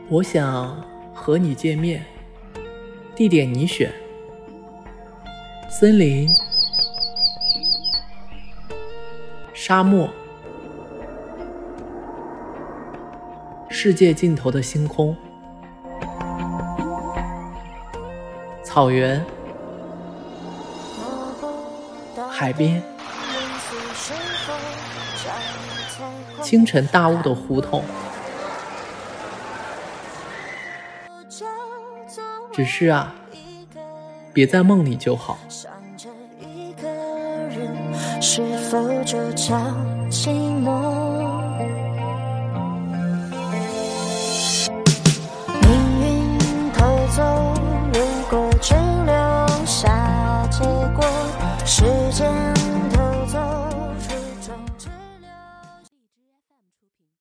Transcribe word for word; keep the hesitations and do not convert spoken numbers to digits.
我想和你见面，地点你选，森林、沙漠、世界尽头的星空、草原、海边、清晨大雾的胡同。只是啊，别在梦里就好。 是否就叫寂寞？